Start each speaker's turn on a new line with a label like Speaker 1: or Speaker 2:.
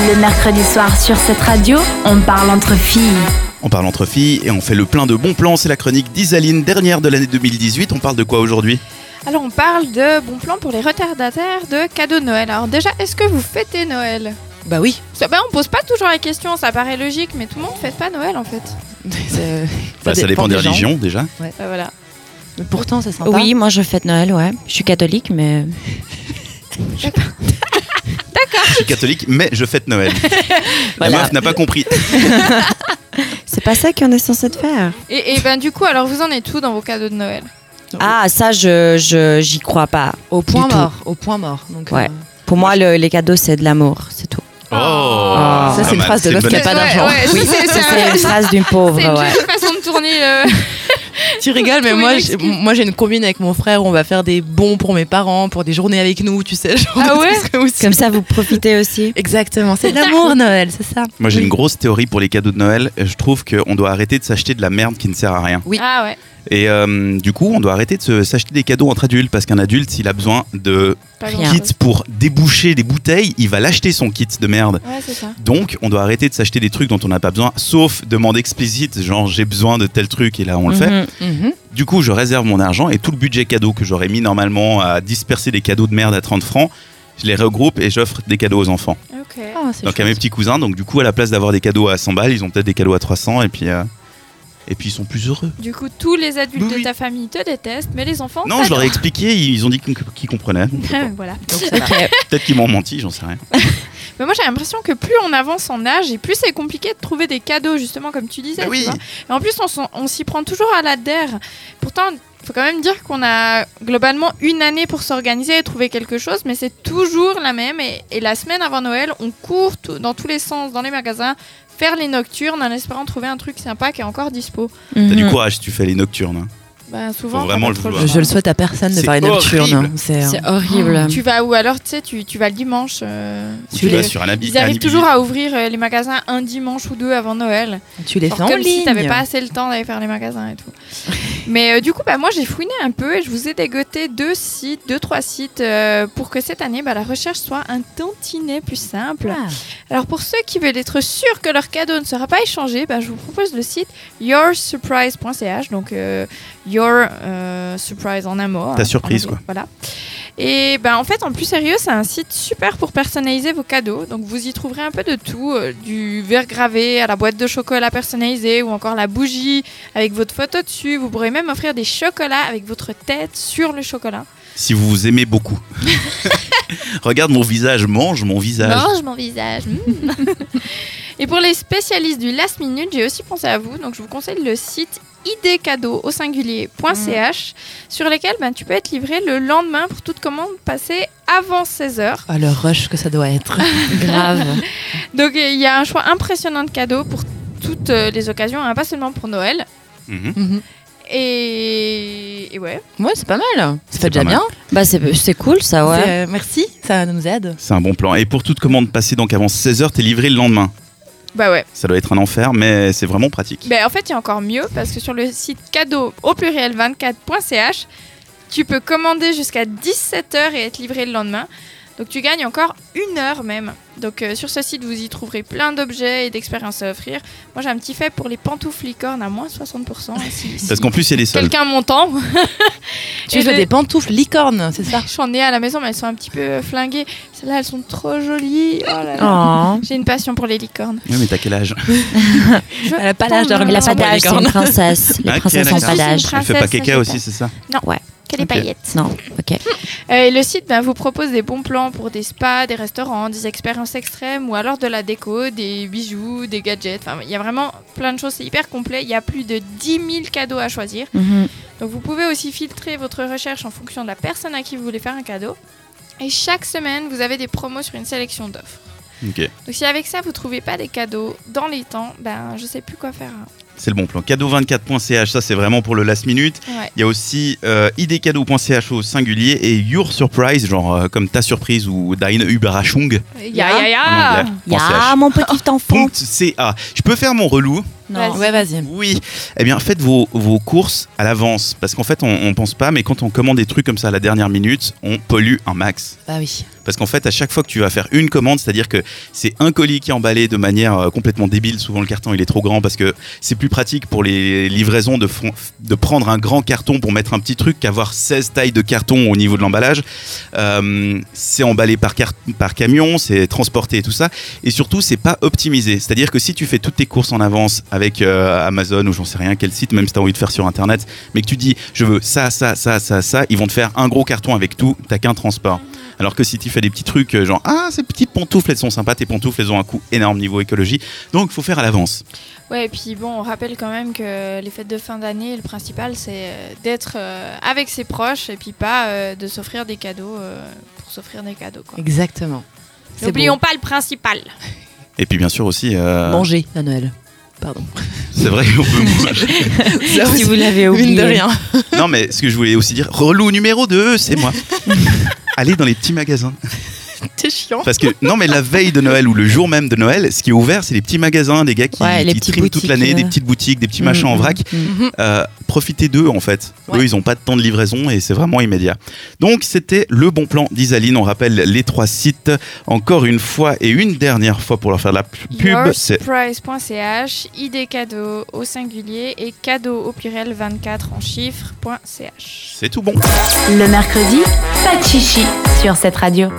Speaker 1: Le mercredi soir sur cette radio, on parle entre filles.
Speaker 2: On parle entre filles et on fait le plein de bons plans. C'est la chronique d'Isaline, dernière de l'année 2018. On parle de quoi aujourd'hui ?
Speaker 3: Alors on parle de bons plans pour les retardataires de cadeaux de Noël. Alors déjà, est-ce que vous fêtez Noël ?
Speaker 4: Bah oui.
Speaker 3: On pose pas toujours la question, ça paraît logique, mais tout le monde fête pas Noël en fait.
Speaker 2: Ça dépend des religions déjà.
Speaker 4: Ouais.
Speaker 3: Voilà.
Speaker 4: Mais pourtant c'est sympa.
Speaker 5: Oui, moi je fête Noël, ouais. Je suis catholique, mais...
Speaker 2: Je suis catholique, mais je fête Noël. La meuf n'a pas compris.
Speaker 5: C'est pas ça qu'on est censé faire.
Speaker 3: Et ben du coup, alors vous en êtes où dans vos cadeaux de Noël ?
Speaker 5: Ah, ça, j'y crois pas.
Speaker 4: Au point
Speaker 5: Du
Speaker 4: mort. Au point mort. Donc,
Speaker 5: Ouais. Pour moi, les cadeaux, c'est de l'amour, c'est tout.
Speaker 2: Oh,
Speaker 4: Ça, c'est une phrase de meuf qui a pas d'argent.
Speaker 3: Ouais,
Speaker 5: Oui, c'est une phrase d'une pauvre,
Speaker 3: C'est une
Speaker 5: ouais.
Speaker 3: jolie façon de tourner
Speaker 4: Tu rigoles, mais
Speaker 3: Trouver
Speaker 4: moi,
Speaker 3: une excuse.
Speaker 4: moi j'ai une combine avec mon frère où on va faire des bons pour mes parents, pour des journées avec nous, tu sais. Genre
Speaker 3: Ah
Speaker 4: de
Speaker 3: ouais
Speaker 4: trucs aussi.
Speaker 5: Comme ça, vous profitez aussi.
Speaker 4: Exactement, c'est de l'amour Noël, c'est ça.
Speaker 2: Moi j'ai
Speaker 4: Oui.
Speaker 2: une grosse théorie pour les cadeaux de Noël. Je trouve qu'on doit arrêter de s'acheter de la merde qui ne sert à rien.
Speaker 4: Oui.
Speaker 3: Ah ouais.
Speaker 2: Et du coup, on doit arrêter de s'acheter des cadeaux entre adultes parce qu'un adulte, s'il a besoin de
Speaker 3: Pas
Speaker 5: Rien.
Speaker 3: grand-chose.
Speaker 2: kit pour déboucher des bouteilles, il va l'acheter son kit de merde.
Speaker 3: Ouais, c'est ça.
Speaker 2: Donc, on doit arrêter de s'acheter des trucs dont on n'a pas besoin, sauf demande explicite, genre j'ai besoin de tel truc et là on le fait.
Speaker 5: Mhm.
Speaker 2: Du coup, je réserve mon argent et tout le budget cadeau que j'aurais mis normalement à disperser des cadeaux de merde à 30 francs, je les regroupe et j'offre des cadeaux aux enfants.
Speaker 3: Ok.
Speaker 4: Ah, c'est
Speaker 2: Donc à mes petits cousins, donc du coup à la place d'avoir des cadeaux à 100 balles, ils ont peut-être des cadeaux à 300 et puis ils sont plus heureux.
Speaker 3: Du coup, tous les adultes
Speaker 2: Oui.
Speaker 3: de ta famille te détestent, mais les enfants
Speaker 2: Non, je leur ai
Speaker 3: t'adorent.
Speaker 2: expliqué, ils ont dit qu'ils comprenaient.
Speaker 3: Voilà.
Speaker 2: Peut-être qu'ils m'ont menti, j'en sais rien.
Speaker 3: Mais moi j'ai l'impression que plus on avance en âge et plus c'est compliqué de trouver des cadeaux, justement comme tu disais.
Speaker 2: Bah oui.
Speaker 3: Tu vois. Et en plus on s'y prend toujours à la der. Pourtant, il faut quand même dire qu'on a globalement une année pour s'organiser et trouver quelque chose, mais c'est toujours la même. Et la semaine avant Noël, on court dans tous les sens dans les magasins, faire les nocturnes en espérant trouver un truc sympa qui est encore dispo.
Speaker 2: T'as du
Speaker 5: Mhm.
Speaker 2: courage si tu fais les nocturnes. Hein.
Speaker 3: Bah, souvent,
Speaker 2: Faut vraiment
Speaker 3: t'as
Speaker 2: le
Speaker 3: pas trop
Speaker 2: vouloir.
Speaker 3: choix.
Speaker 4: Je le souhaite à personne de
Speaker 2: C'est
Speaker 4: faire les nocturnes.
Speaker 2: horrible.
Speaker 5: C'est horrible.
Speaker 3: Tu vas ou alors tu sais tu vas le dimanche.
Speaker 2: Tu vas sur un habit.
Speaker 3: Ils arrivent toujours à ouvrir les magasins un dimanche ou deux avant Noël.
Speaker 4: Tu les fais
Speaker 3: Genre
Speaker 4: en
Speaker 3: comme si
Speaker 4: ligne.
Speaker 3: t'avais pas assez le temps d'aller faire les magasins et tout. Mais du coup, moi j'ai fouiné un peu et je vous ai dégoté deux, trois sites pour que cette année, la recherche soit un tantinet plus simple.
Speaker 4: Ah.
Speaker 3: Alors pour ceux qui veulent être sûrs que leur cadeau ne sera pas échangé, je vous propose le site yoursurprise.ch, donc your surprise en un mot.
Speaker 2: Ta surprise, quoi.
Speaker 3: Voilà. Et en fait, en plus sérieux, c'est un site super pour personnaliser vos cadeaux. Donc vous y trouverez un peu de tout, du verre gravé à la boîte de chocolat personnalisée ou encore la bougie avec votre photo dessus. Vous pourrez même offrir des chocolats avec votre tête sur le chocolat.
Speaker 2: Si vous vous aimez beaucoup. Regarde mon visage, mange mon visage.
Speaker 3: Mange mon visage. Et pour les spécialistes du last minute, j'ai aussi pensé à vous. Donc je vous conseille le site idécadeaux au singulier.ch sur lesquels tu peux être livré le lendemain pour toute commande passée avant 16h.
Speaker 4: Ah, le rush que ça doit être.
Speaker 5: Grave.
Speaker 3: Donc il y a un choix impressionnant de cadeaux pour toutes les occasions, pas seulement pour Noël.
Speaker 2: Mhm.
Speaker 4: Mhm.
Speaker 3: Et ouais.
Speaker 4: Ouais, c'est pas mal. Ça
Speaker 2: C'est
Speaker 4: fait déjà
Speaker 2: pas mal.
Speaker 4: bien.
Speaker 5: Bah, c'est cool, ça, ouais.
Speaker 4: Merci, ça nous aide.
Speaker 2: C'est un bon plan. Et pour toute commande passée donc avant 16h, t'es livré le lendemain.
Speaker 3: Bah ouais.
Speaker 2: Ça doit être un enfer, mais c'est vraiment pratique.
Speaker 3: En fait, il y a encore mieux parce que sur le site cadeau au pluriel 24.ch, tu peux commander jusqu'à 17h et être livré le lendemain. Donc tu gagnes encore 1 heure même. Donc sur ce site, vous y trouverez plein d'objets et d'expériences à offrir. Moi, j'ai un petit fait pour les pantoufles licornes à moins 60%. Si
Speaker 2: Parce qu'en plus, il y a des soldes.
Speaker 3: quelqu'un m'entend.
Speaker 4: Tu fais des pantoufles licornes, c'est ça?
Speaker 3: J'en ai à la maison, mais elles sont un petit peu flinguées. Celles-là, elles sont trop jolies. Oh là là.
Speaker 5: Oh.
Speaker 3: J'ai une passion pour les licornes.
Speaker 2: Oui, mais t'as quel âge?
Speaker 4: Elle a pas l'âge de
Speaker 5: Elle a pas
Speaker 4: pour les
Speaker 5: d'âge, c'est une
Speaker 4: licornes.
Speaker 5: princesse. Les
Speaker 2: Ok,
Speaker 5: princesses n'ont
Speaker 2: d'accord.
Speaker 5: pas d'âge.
Speaker 3: Je suis
Speaker 2: Elle fait pas
Speaker 3: princesse
Speaker 2: caca
Speaker 3: Sagittaire.
Speaker 2: aussi, c'est ça?
Speaker 3: Que les
Speaker 2: Ok.
Speaker 3: paillettes.
Speaker 5: Non, ok.
Speaker 3: Et le site vous propose des bons plans pour des spas, des restaurants, des expériences extrêmes ou alors de la déco, des bijoux, des gadgets. Enfin, il y a vraiment plein de choses, c'est hyper complet. Il y a plus de 10 000 cadeaux à choisir.
Speaker 5: Mhm.
Speaker 3: Donc vous pouvez aussi filtrer votre recherche en fonction de la personne à qui vous voulez faire un cadeau. Et chaque semaine, vous avez des promos sur une sélection d'offres.
Speaker 2: Ok,
Speaker 3: Donc si avec ça, vous trouvez pas des cadeaux dans les temps, je sais plus quoi faire.
Speaker 2: c'est le bon plan. Cadeau24.ch, ça c'est vraiment pour le last minute.
Speaker 3: Ouais.
Speaker 2: Il y a aussi idcadeau.ch au singulier et Your Surprise, genre comme ta surprise ou Deine Überraschung
Speaker 3: Ya
Speaker 2: en anglais.
Speaker 5: Ya, mon petit enfant.
Speaker 2: .ca. Je peux faire mon relou?
Speaker 5: Non.
Speaker 4: Ouais, vas-y.
Speaker 2: Oui. Eh bien, faites vos courses à l'avance. Parce qu'en fait, on pense pas, mais quand on commande des trucs comme ça à la dernière minute, on pollue un max.
Speaker 4: Bah oui.
Speaker 2: Parce qu'en fait, à chaque fois que tu vas faire une commande, c'est-à-dire que c'est un colis qui est emballé de manière complètement débile. Souvent, le carton, il est trop grand parce que c'est plus pratique pour les livraisons de prendre un grand carton pour mettre un petit truc qu'avoir 16 tailles de carton au niveau de l'emballage. C'est emballé par camion, c'est transporté et tout ça. Et surtout, c'est pas optimisé. C'est-à-dire que si tu fais toutes tes courses en avance avec Amazon ou j'en sais rien quel site, même si tu as envie de faire sur Internet, mais que tu dis je veux ça, ils vont te faire un gros carton avec tout, t'as qu'un transport. Alors que si tu fais des petits trucs genre ces petites pantoufles elles sont sympas, tes pantoufles elles ont un coût énorme niveau écologie, donc il faut faire à l'avance.
Speaker 3: Ouais, et puis bon, on rappelle quand même que les fêtes de fin d'année, le principal c'est d'être avec ses proches et puis pas de s'offrir des cadeaux pour s'offrir des cadeaux, quoi.
Speaker 4: Exactement.
Speaker 3: N'oublions pas le principal.
Speaker 2: Et puis bien sûr aussi
Speaker 4: manger à Noël. Pardon.
Speaker 2: C'est vrai qu'on peut manger.
Speaker 4: Si vous l'avez oublié. Mine de rien.
Speaker 2: Non, mais ce que je voulais aussi dire, relou numéro 2, c'est moi. Allez dans les petits magasins.
Speaker 4: T'es chiant.
Speaker 2: Parce que, non, mais la veille de Noël ou le jour même de Noël, ce qui est ouvert, c'est les petits magasins, des gars qui triment toute l'année, des petites boutiques, des petits machins en vrac. Profitez d'eux, en fait. Eux, ils n'ont pas de temps de livraison et c'est vraiment immédiat. Donc, c'était le bon plan d'Isaline. On rappelle les 3 sites, encore une fois et une dernière fois pour leur faire de la pub.
Speaker 3: yoursurprise.ch, ID cadeau au singulier et cadeau au pluriel 24 en chiffres.ch.
Speaker 2: C'est tout bon.
Speaker 1: Le mercredi, pas de chichi sur cette radio.